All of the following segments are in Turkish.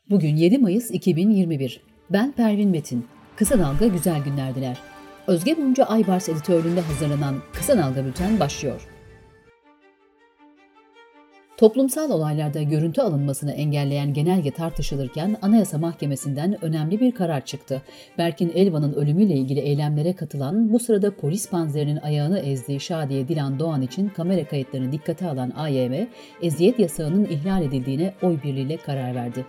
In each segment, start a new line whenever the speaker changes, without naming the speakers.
Bugün 7 Mayıs 2021. Ben Pervin Metin. Kısa Dalga güzel günlerdiler. Özge Mumcu Aybars editörlüğünde hazırlanan Kısa Dalga Bülten başlıyor. Toplumsal olaylarda görüntü alınmasını engelleyen genelge tartışılırken Anayasa Mahkemesi'nden önemli bir karar çıktı. Berkin Elvan'ın ölümüyle ilgili eylemlere katılan, bu sırada polis panzerinin ayağını ezdiği Şadiye Dilan Doğan için kamera kayıtlarını dikkate alan AYM, eziyet yasağının ihlal edildiğine oy birliğiyle karar verdi.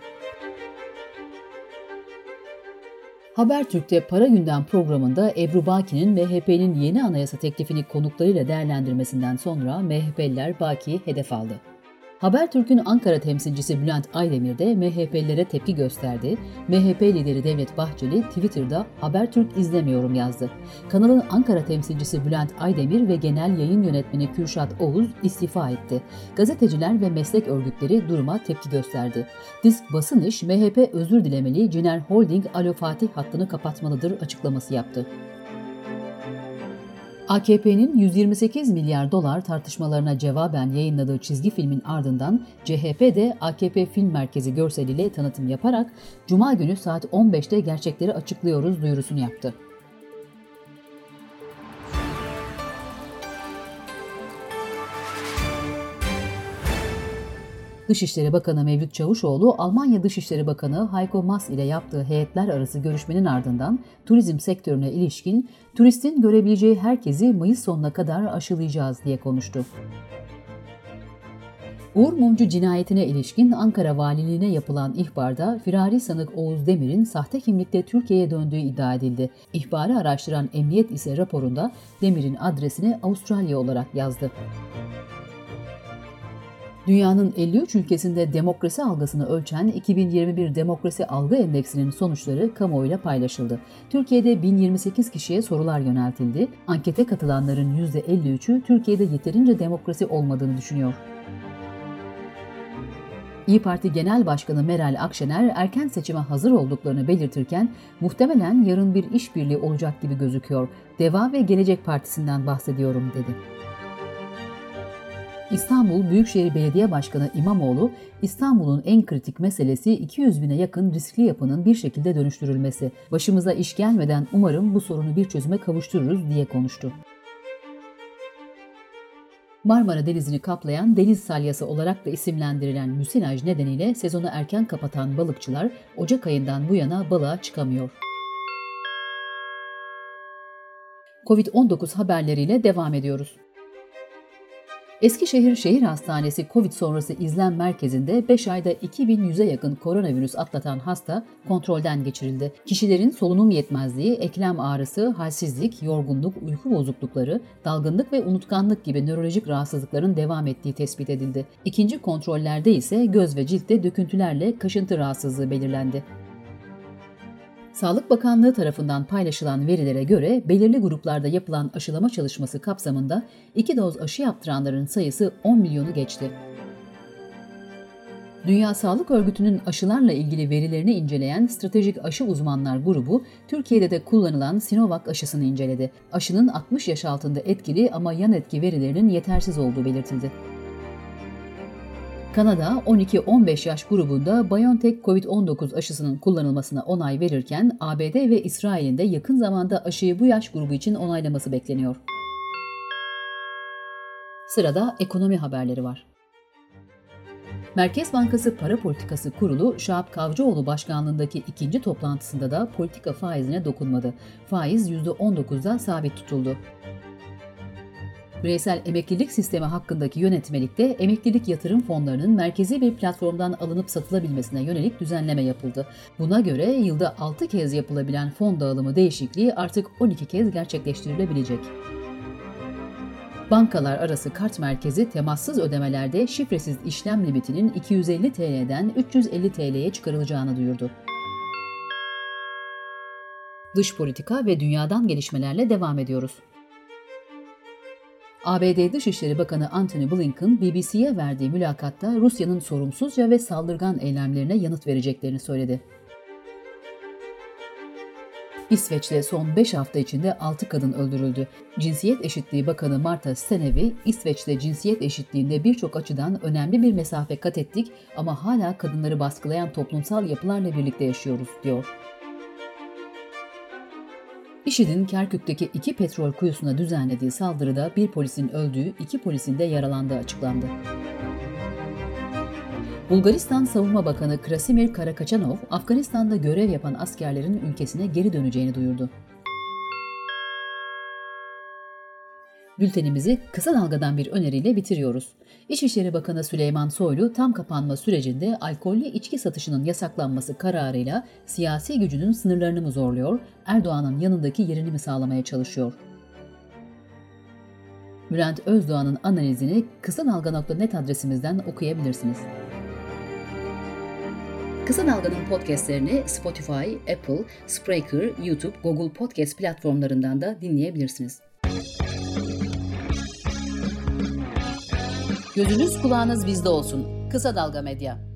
Habertürk'te Para Gündem programında Ebru Baki'nin MHP'nin yeni anayasa teklifini konuklarıyla değerlendirmesinden sonra MHP'liler Baki'yi hedef aldı. Habertürk'ün Ankara temsilcisi Bülent Aydemir de MHP'lilere tepki gösterdi. MHP lideri Devlet Bahçeli Twitter'da "Habertürk izlemiyorum" yazdı. Kanalın Ankara temsilcisi Bülent Aydemir ve genel yayın yönetmeni Kürşat Oğuz istifa etti. Gazeteciler ve meslek örgütleri duruma tepki gösterdi. Disk Basın İş, MHP özür dilemeli, Ciner Holding Alo Fatih hattını kapatmalıdır açıklaması yaptı. AKP'nin 128 milyar dolar tartışmalarına cevaben yayınladığı çizgi filmin ardından CHP de AKP Film Merkezi görseliyle tanıtım yaparak Cuma günü saat 15'te gerçekleri açıklıyoruz duyurusunu yaptı. Dışişleri Bakanı Mevlüt Çavuşoğlu, Almanya Dışişleri Bakanı Heiko Maas ile yaptığı heyetler arası görüşmenin ardından turizm sektörüne ilişkin turistin görebileceği herkesi Mayıs sonuna kadar aşılayacağız diye konuştu. Uğur Mumcu cinayetine ilişkin Ankara Valiliğine yapılan ihbarda firari sanık Oğuz Demir'in sahte kimlikle Türkiye'ye döndüğü iddia edildi. İhbarı araştıran emniyet ise raporunda Demir'in adresini Avustralya olarak yazdı. Dünyanın 53 ülkesinde demokrasi algısını ölçen 2021 Demokrasi Algı Endeksinin sonuçları kamuoyuyla paylaşıldı. Türkiye'de 1028 kişiye sorular yöneltildi. Ankete katılanların %53'ü Türkiye'de yeterince demokrasi olmadığını düşünüyor. İYİ Parti Genel Başkanı Meral Akşener erken seçime hazır olduklarını belirtirken muhtemelen yarın bir işbirliği olacak gibi gözüküyor. Deva ve Gelecek Partisi'nden bahsediyorum dedi. İstanbul Büyükşehir Belediye Başkanı İmamoğlu, İstanbul'un en kritik meselesi 200 bine yakın riskli yapının bir şekilde dönüştürülmesi. Başımıza iş gelmeden umarım bu sorunu bir çözüme kavuştururuz diye konuştu. Marmara Denizi'ni kaplayan deniz salyası olarak da isimlendirilen müsilaj nedeniyle sezonu erken kapatan balıkçılar Ocak ayından bu yana balığa çıkamıyor. Covid-19 haberleriyle devam ediyoruz. Eskişehir Şehir Hastanesi Covid sonrası izlem merkezinde 5 ayda 2100'e yakın koronavirüs atlatan hasta kontrolden geçirildi. Kişilerin solunum yetmezliği, eklem ağrısı, halsizlik, yorgunluk, uyku bozuklukları, dalgınlık ve unutkanlık gibi nörolojik rahatsızlıkların devam ettiği tespit edildi. İkinci kontrollerde ise göz ve ciltte döküntülerle kaşıntı rahatsızlığı belirlendi. Sağlık Bakanlığı tarafından paylaşılan verilere göre belirli gruplarda yapılan aşılama çalışması kapsamında 2 doz aşı yaptıranların sayısı 10 milyonu geçti. Dünya Sağlık Örgütü'nün aşılarla ilgili verilerini inceleyen Stratejik Aşı Uzmanlar Grubu, Türkiye'de de kullanılan Sinovac aşısını inceledi. Aşının 60 yaş altında etkili ama yan etki verilerinin yetersiz olduğu belirtildi. Kanada 12-15 yaş grubunda BioNTech COVID-19 aşısının kullanılmasına onay verirken ABD ve İsrail'in de yakın zamanda aşıyı bu yaş grubu için onaylaması bekleniyor. Sırada ekonomi haberleri var. Merkez Bankası Para Politikası Kurulu, Şahap Kavcıoğlu başkanlığındaki ikinci toplantısında da politika faizine dokunmadı. Faiz %19'da sabit tutuldu. Bireysel emeklilik sistemi hakkındaki yönetmelikte emeklilik yatırım fonlarının merkezi bir platformdan alınıp satılabilmesine yönelik düzenleme yapıldı. Buna göre yılda 6 kez yapılabilen fon dağılımı değişikliği artık 12 kez gerçekleştirilebilecek. Bankalar arası kart merkezi temassız ödemelerde şifresiz işlem limitinin 250 TL'den 350 TL'ye çıkarılacağını duyurdu. Dış politika ve dünyadan gelişmelerle devam ediyoruz. ABD Dışişleri Bakanı Antony Blinken, BBC'ye verdiği mülakatta Rusya'nın sorumsuzca ve saldırgan eylemlerine yanıt vereceklerini söyledi. İsveç'te son 5 hafta içinde 6 kadın öldürüldü. Cinsiyet Eşitliği Bakanı Marta Stenevi, İsveç'te cinsiyet eşitliğinde birçok açıdan önemli bir mesafe kat ettik ama hala kadınları baskılayan toplumsal yapılarla birlikte yaşıyoruz, diyor. IŞİD'in Kerkük'teki 2 petrol kuyusuna düzenlediği saldırıda bir polisin öldüğü, 2 polisin de yaralandığı açıklandı. Bulgaristan Savunma Bakanı Krasimir Karakaçanov, Afganistan'da görev yapan askerlerin ülkesine geri döneceğini duyurdu. Bültenimizi kısa dalgadan bir öneriyle bitiriyoruz. İçişleri Bakanı Süleyman Soylu, tam kapanma sürecinde alkollü içki satışının yasaklanması kararıyla siyasi gücünün sınırlarını mı zorluyor, Erdoğan'ın yanındaki yerini mi sağlamaya çalışıyor? Bülent Özdoğan'ın analizini kısadalga.net adresimizden okuyabilirsiniz. Kısa Dalga'nın podcastlerini Spotify, Apple, Spreaker, YouTube, Google Podcast platformlarından da dinleyebilirsiniz. Gözünüz kulağınız bizde olsun. Kısa Dalga Medya.